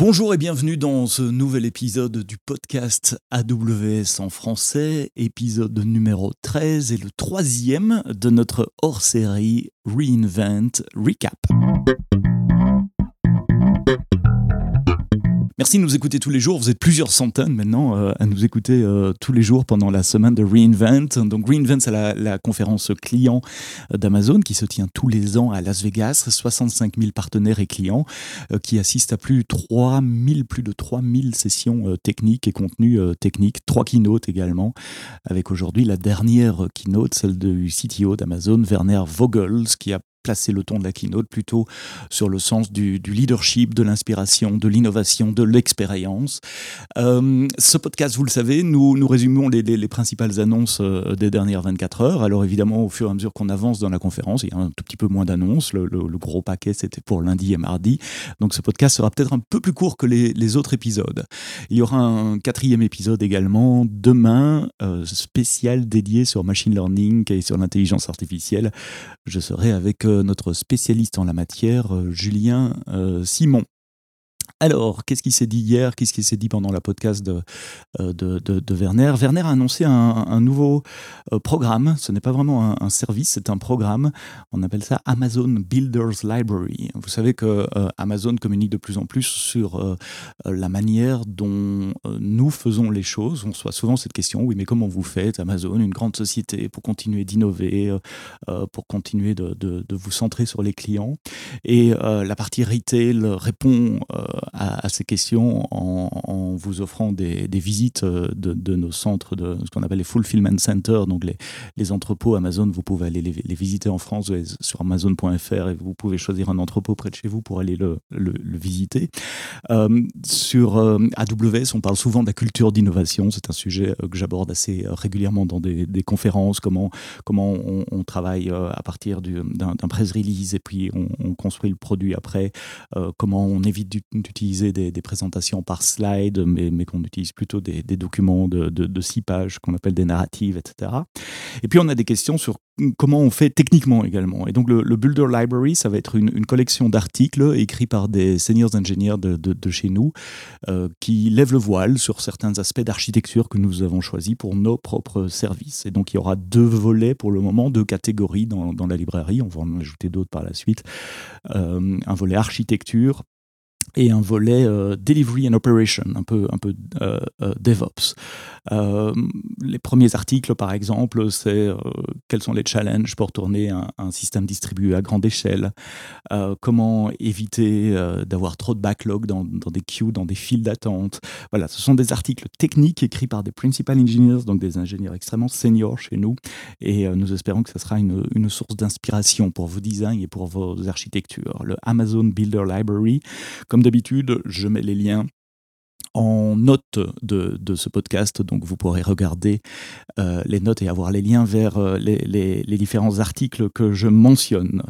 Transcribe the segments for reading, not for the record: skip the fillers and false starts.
Bonjour et bienvenue dans ce nouvel épisode du podcast AWS en français, épisode numéro 13 et le troisième de notre hors-série Reinvent Recap. Merci de nous écouter tous les jours. Vous êtes plusieurs centaines maintenant à nous écouter tous les jours pendant la semaine de Reinvent. Donc Reinvent, c'est la conférence client d'Amazon qui se tient tous les ans à Las Vegas. 65 000 partenaires et clients qui assistent à plus de 3000 sessions techniques et contenus techniques. 3 keynotes également, avec aujourd'hui la dernière keynote, celle du CTO d'Amazon, Werner Vogels, qui a placer le ton de la keynote plutôt sur le sens du leadership, de l'inspiration, de l'innovation, de l'expérience. Ce podcast, vous le savez, nous résumons les principales annonces des dernières 24 heures. Alors évidemment, au fur et à mesure qu'on avance dans la conférence, il y a un tout petit peu moins d'annonces. Le gros paquet, c'était pour lundi et mardi. Donc ce podcast sera peut-être un peu plus court que les autres épisodes. Il y aura un 4e épisode également demain, spécial dédié sur machine learning et sur l'intelligence artificielle. Je serai avec notre spécialiste en la matière, Julien Simon. Alors, qu'est-ce qui s'est dit hier? Qu'est-ce qui s'est dit pendant la podcast de Werner? Werner a annoncé un nouveau programme. Ce n'est pas vraiment un service, c'est un programme. On appelle ça Amazon Builders Library. Vous savez que Amazon communique de plus en plus sur la manière dont nous faisons les choses. On reçoit souvent cette question, oui, mais comment vous faites, Amazon, une grande société, pour continuer d'innover, pour continuer de vous centrer sur les clients? Et la partie retail répond à ces questions en vous offrant des visites de nos centres, de ce qu'on appelle les fulfillment centers, donc les entrepôts Amazon. Vous pouvez aller les visiter en France sur Amazon.fr et vous pouvez choisir un entrepôt près de chez vous pour aller le visiter. Sur AWS, on parle souvent de la culture d'innovation. C'est un sujet que j'aborde assez régulièrement dans des conférences, comment on travaille à partir d'un press release et puis on construit le produit après, comment on évite d'utiliser des présentations par slide, mais qu'on utilise plutôt des documents de 6 pages qu'on appelle des narratives, etc. Et puis on a des questions sur comment on fait techniquement également. Et donc le Builder Library, ça va être une collection d'articles écrits par des seniors ingénieurs de chez nous qui lèvent le voile sur certains aspects d'architecture que nous avons choisis pour nos propres services. Et donc il y aura 2 volets pour le moment, 2 catégories dans la librairie. On va en ajouter d'autres par la suite. Un volet architecture et un volet Delivery and Operation, un peu DevOps. Les premiers articles, par exemple, c'est quels sont les challenges pour tourner un système distribué à grande échelle, comment éviter d'avoir trop de backlog dans des queues, dans des files d'attente. Voilà, ce sont des articles techniques écrits par des principal engineers, donc des ingénieurs extrêmement seniors chez nous, et nous espérons que ce sera une source d'inspiration pour vos designs et pour vos architectures. Le Amazon Builder Library, comme d'habitude, je mets les liens en note de ce podcast, donc vous pourrez regarder les notes et avoir les liens vers les différents articles que je mentionne.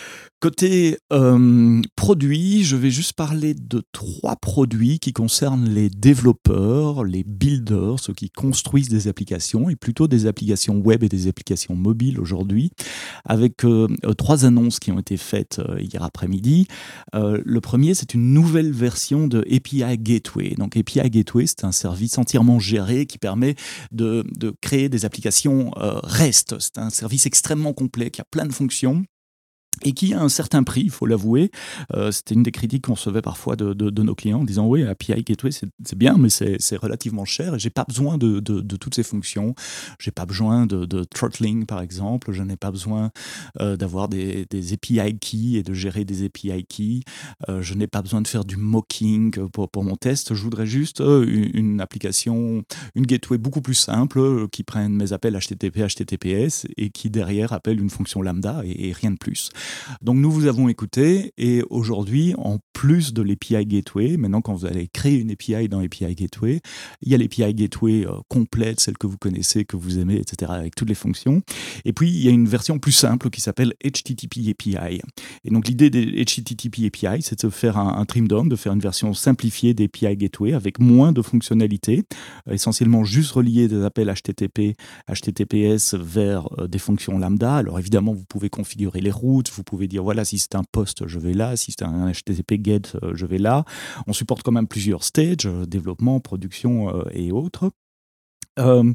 Côté produits, je vais juste parler de 3 produits qui concernent les développeurs, les builders, ceux qui construisent des applications, et plutôt des applications web et des applications mobiles aujourd'hui, avec 3 annonces qui ont été faites hier après-midi. Le premier, c'est une nouvelle version de API Gateway. Donc API Gateway, c'est un service entièrement géré qui permet de créer des applications REST. C'est un service extrêmement complet qui a plein de fonctions et qui a un certain prix, il faut l'avouer. C'était une des critiques qu'on recevait parfois de nos clients en disant « Oui, API Gateway, c'est bien, mais c'est relativement cher et j'ai pas besoin de toutes ces fonctions. J'ai pas besoin de throttling, par exemple. Je n'ai pas besoin d'avoir des API keys et de gérer des API keys. Je n'ai pas besoin de faire du mocking pour mon test. Je voudrais juste une application, une gateway beaucoup plus simple qui prenne mes appels HTTP, HTTPS et qui derrière appelle une fonction lambda et rien de plus. » Donc nous vous avons écouté et aujourd'hui, en plus de l'API Gateway, maintenant quand vous allez créer une API dans API Gateway, il y a l'API Gateway complète, celle que vous connaissez, que vous aimez, etc., avec toutes les fonctions. Et puis il y a une version plus simple qui s'appelle HTTP API. Et donc l'idée des HTTP API, c'est de faire un trim down, de faire une version simplifiée d'API Gateway avec moins de fonctionnalités, essentiellement juste relier des appels HTTP, HTTPS vers des fonctions lambda. Alors évidemment, vous pouvez configurer les routes, Vous pouvez dire, voilà, si c'est un post, je vais là. Si c'est un HTTP GET, je vais là. On supporte quand même plusieurs stages, développement, production et autres. Euh,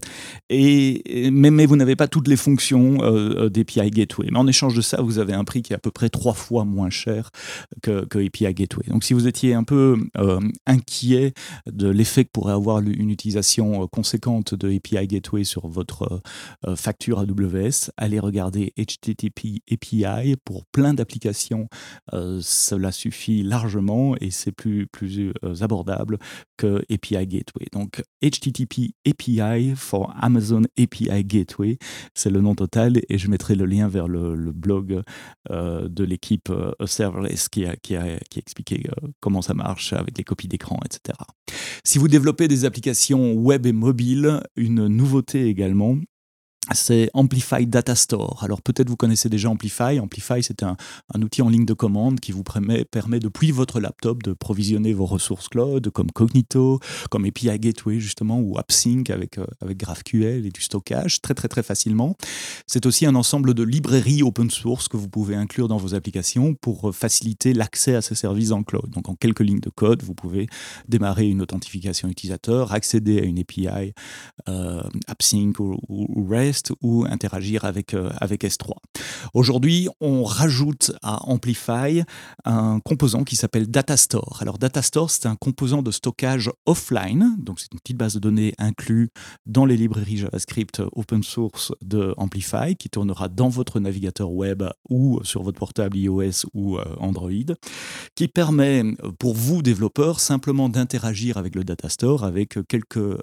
mais vous n'avez pas toutes les fonctions d'API Gateway. Mais en échange de ça, vous avez un prix qui est à peu près 3 fois moins cher que API Gateway. Donc si vous étiez un peu inquiet de l'effet que pourrait avoir une utilisation conséquente de API Gateway sur votre facture AWS, allez regarder HTTP API pour plein d'applications. Cela suffit largement et c'est plus abordable que API Gateway. Donc HTTP API for Amazon API Gateway, c'est le nom total, et je mettrai le lien vers le blog de l'équipe Serverless qui a expliqué comment ça marche avec les copies d'écran, etc. Si vous développez des applications web et mobile, une nouveauté également, c'est Amplify Data Store. Alors peut-être vous connaissez déjà Amplify. Amplify, c'est un outil en ligne de commande qui vous permet depuis votre laptop de provisionner vos ressources cloud comme Cognito, comme API Gateway justement, ou AppSync avec GraphQL et du stockage très très très facilement. C'est aussi un ensemble de librairies open source que vous pouvez inclure dans vos applications pour faciliter l'accès à ces services en cloud. Donc en quelques lignes de code, vous pouvez démarrer une authentification utilisateur, accéder à une API AppSync ou REST, ou interagir avec S3. Aujourd'hui, on rajoute à Amplify un composant qui s'appelle Data Store. Alors Data Store, c'est un composant de stockage offline, donc c'est une petite base de données inclue dans les librairies JavaScript open source de Amplify, qui tournera dans votre navigateur web ou sur votre portable iOS ou Android, qui permet pour vous, développeurs, simplement d'interagir avec le Data Store avec quelques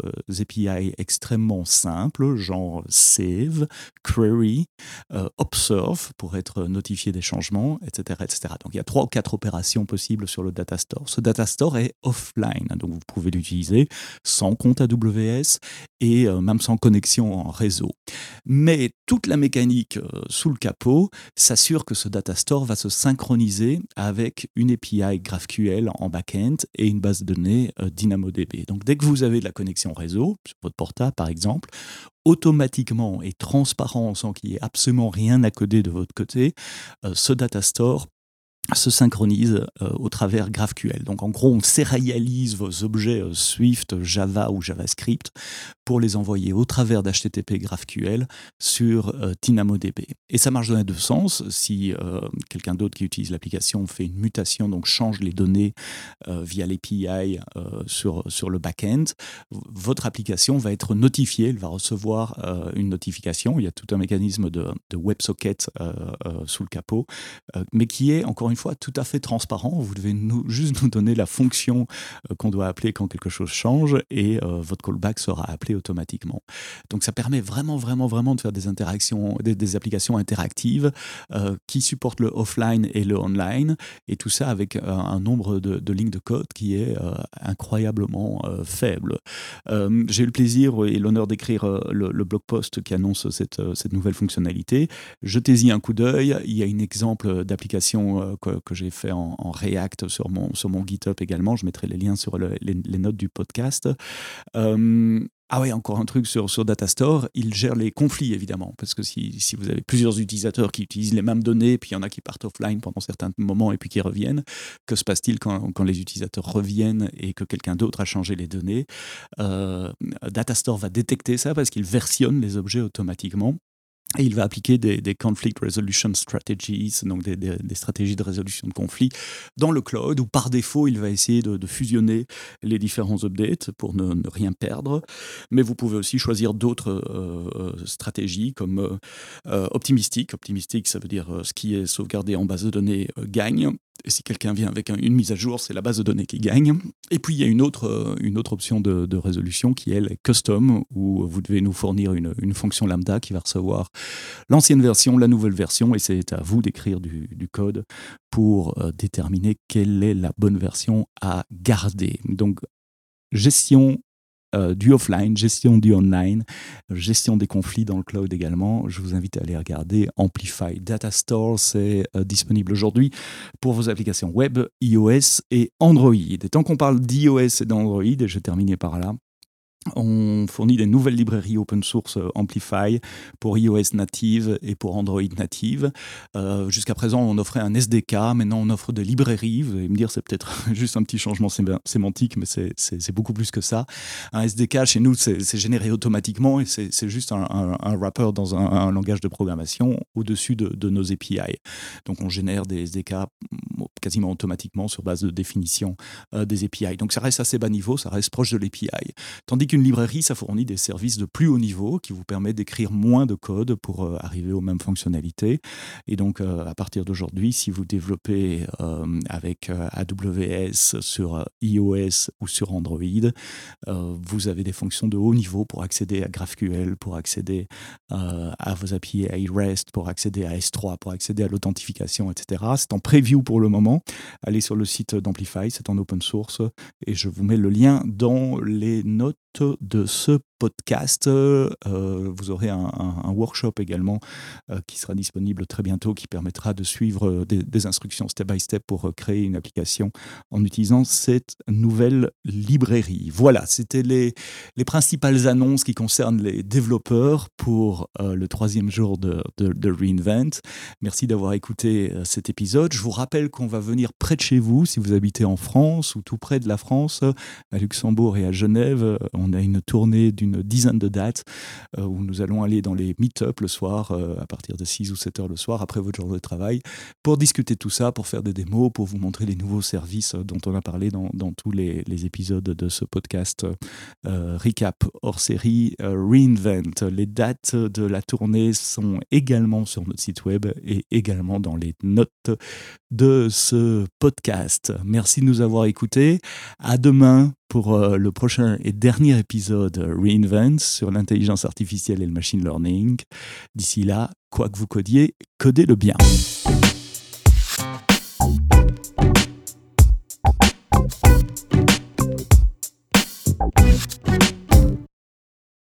API extrêmement simples, genre Save, Query, Observe pour être notifié des changements, etc., etc. Donc il y a 3 ou 4 opérations possibles sur le Data Store. Ce Data Store est offline, donc vous pouvez l'utiliser sans compte AWS et même sans connexion en réseau. Mais toute la mécanique sous le capot s'assure que ce Data Store va se synchroniser avec une API GraphQL en back-end et une base de données DynamoDB. Donc dès que vous avez de la connexion réseau, sur votre portable par exemple, automatiquement et transparent, sans qu'il y ait absolument rien à coder de votre côté, ce Data Store se synchronise au travers GraphQL. Donc en gros, on sérialise vos objets Swift, Java ou JavaScript pour les envoyer au travers d'HTTP GraphQL sur DynamoDB. Et ça marche dans les deux sens. Si quelqu'un d'autre qui utilise l'application fait une mutation, donc change les données via l'API sur le back-end, votre application va être notifiée, elle va recevoir une notification. Il y a tout un mécanisme de WebSocket sous le capot, mais qui est encore une fois tout à fait transparent. Vous devez juste nous donner la fonction qu'on doit appeler quand quelque chose change et votre callback sera appelé automatiquement. Donc ça permet vraiment de faire des interactions, des applications interactives qui supportent le offline et le online, et tout ça avec un nombre de lignes de code qui est incroyablement faible. J'ai eu le plaisir et l'honneur d'écrire le blog post qui annonce cette nouvelle fonctionnalité. Jetez-y un coup d'œil. Il y a un exemple d'application que j'ai fait en React sur mon GitHub également. Je mettrai les liens sur les notes du podcast. Ah oui, encore un truc sur Data Store, il gère les conflits évidemment, parce que si vous avez plusieurs utilisateurs qui utilisent les mêmes données, puis il y en a qui partent offline pendant certains moments et puis qui reviennent, que se passe-t-il quand les utilisateurs reviennent et que quelqu'un d'autre a changé les données? Data Store va détecter ça parce qu'il versionne les objets automatiquement. Et il va appliquer des conflict resolution strategies, donc des stratégies de résolution de conflits dans le cloud, où par défaut, il va essayer de fusionner les différents updates pour ne rien perdre. Mais vous pouvez aussi choisir d'autres stratégies comme optimistic. Optimistic, ça veut dire ce qui est sauvegardé en base de données gagne. Et si quelqu'un vient avec une mise à jour, c'est la base de données qui gagne. Et puis, il y a une autre option de résolution qui est le custom, où vous devez nous fournir une fonction lambda qui va recevoir l'ancienne version, la nouvelle version, et c'est à vous d'écrire du code pour déterminer quelle est la bonne version à garder. Donc, gestion du offline, gestion du online, gestion des conflits dans le cloud également. Je vous invite à aller regarder Amplify Data Store. C'est disponible aujourd'hui pour vos applications web, iOS et Android. Et tant qu'on parle d'iOS et d'Android, et je vais terminer par là, On fournit des nouvelles librairies open source Amplify pour iOS native et pour Android native. Jusqu'à présent, on offrait un SDK. Maintenant, on offre des librairies. Vous allez me dire, c'est peut-être juste un petit changement sémantique, mais c'est beaucoup plus que ça. Un SDK, chez nous, c'est généré automatiquement et c'est juste un wrapper dans un langage de programmation au-dessus de nos API. Donc, on génère des SDK quasiment automatiquement sur base de définition des API. Donc, ça reste assez bas niveau, ça reste proche de l'API. Tandis qu'une librairie, ça fournit des services de plus haut niveau qui vous permettent d'écrire moins de code pour arriver aux mêmes fonctionnalités. Et donc, à partir d'aujourd'hui, si vous développez avec AWS sur iOS ou sur Android, vous avez des fonctions de haut niveau pour accéder à GraphQL, pour accéder à vos API REST, pour accéder à S3, pour accéder à l'authentification, etc. C'est en preview pour le moment. Allez sur le site d'Amplify, c'est en open source et je vous mets le lien dans les notes de ce podcast. Vous aurez un workshop également qui sera disponible très bientôt, qui permettra de suivre des instructions step by step pour créer une application en utilisant cette nouvelle librairie. Voilà, c'était les principales annonces qui concernent les développeurs pour le 3e jour de reInvent. Merci d'avoir écouté cet épisode. Je vous rappelle qu'on va venir près de chez vous, si vous habitez en France ou tout près de la France, à Luxembourg et à Genève. On a une tournée d'une dizaine de dates où nous allons aller dans les meet-up le soir, à partir de 6 ou 7 heures le soir, après votre jour de travail, pour discuter de tout ça, pour faire des démos, pour vous montrer les nouveaux services dont on a parlé dans tous les épisodes de ce podcast recap hors série reInvent. Les dates de la tournée sont également sur notre site web et également dans les notes de ce podcast. Merci de nous avoir écoutés. À demain pour le prochain et dernier épisode reInvent sur l'intelligence artificielle et le machine learning. D'ici là, quoi que vous codiez, codez-le bien.